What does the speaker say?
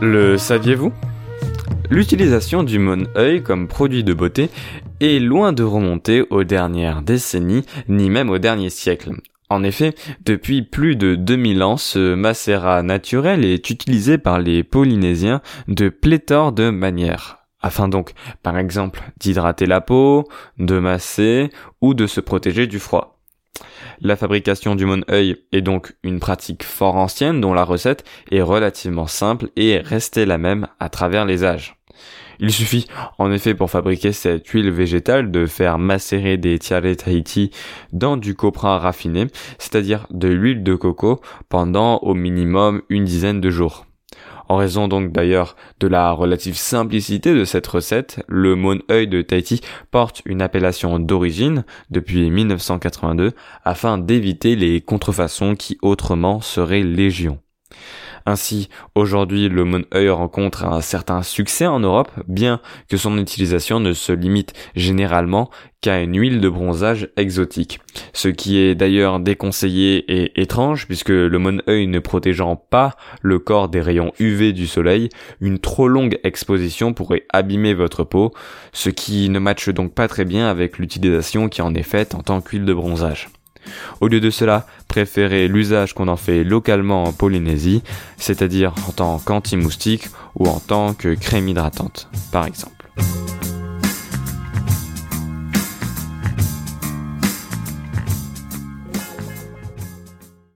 Le saviez-vous ? L'utilisation du Mon-Œil comme produit de beauté est loin de remonter aux dernières décennies, ni même au dernier siècle. En effet, depuis plus de 2000 ans, ce macérat naturel est utilisé par les Polynésiens de pléthore de manières, afin donc, par exemple, d'hydrater la peau, de masser ou de se protéger du froid. La fabrication du Mon-Œil est donc une pratique fort ancienne dont la recette est relativement simple et est restée la même à travers les âges. Il suffit en effet pour fabriquer cette huile végétale de faire macérer des tiare Tahiti dans du copra raffiné, c'est-à-dire de l'huile de coco, pendant au minimum une dizaine de jours. En raison donc d'ailleurs de la relative simplicité de cette recette, le Mon-Œil de Tahiti porte une appellation d'origine depuis 1982 afin d'éviter les contrefaçons qui autrement seraient légion. Ainsi, aujourd'hui, le Mon-Œil rencontre un certain succès en Europe, bien que son utilisation ne se limite généralement qu'à une huile de bronzage exotique. Ce qui est d'ailleurs déconseillé et étrange, puisque le Mon-Œil ne protégeant pas le corps des rayons UV du soleil, une trop longue exposition pourrait abîmer votre peau, ce qui ne matche donc pas très bien avec l'utilisation qui en est faite en tant qu'huile de bronzage. Au lieu de cela, préférez l'usage qu'on en fait localement en Polynésie, c'est-à-dire en tant qu'anti-moustique ou en tant que crème hydratante, par exemple.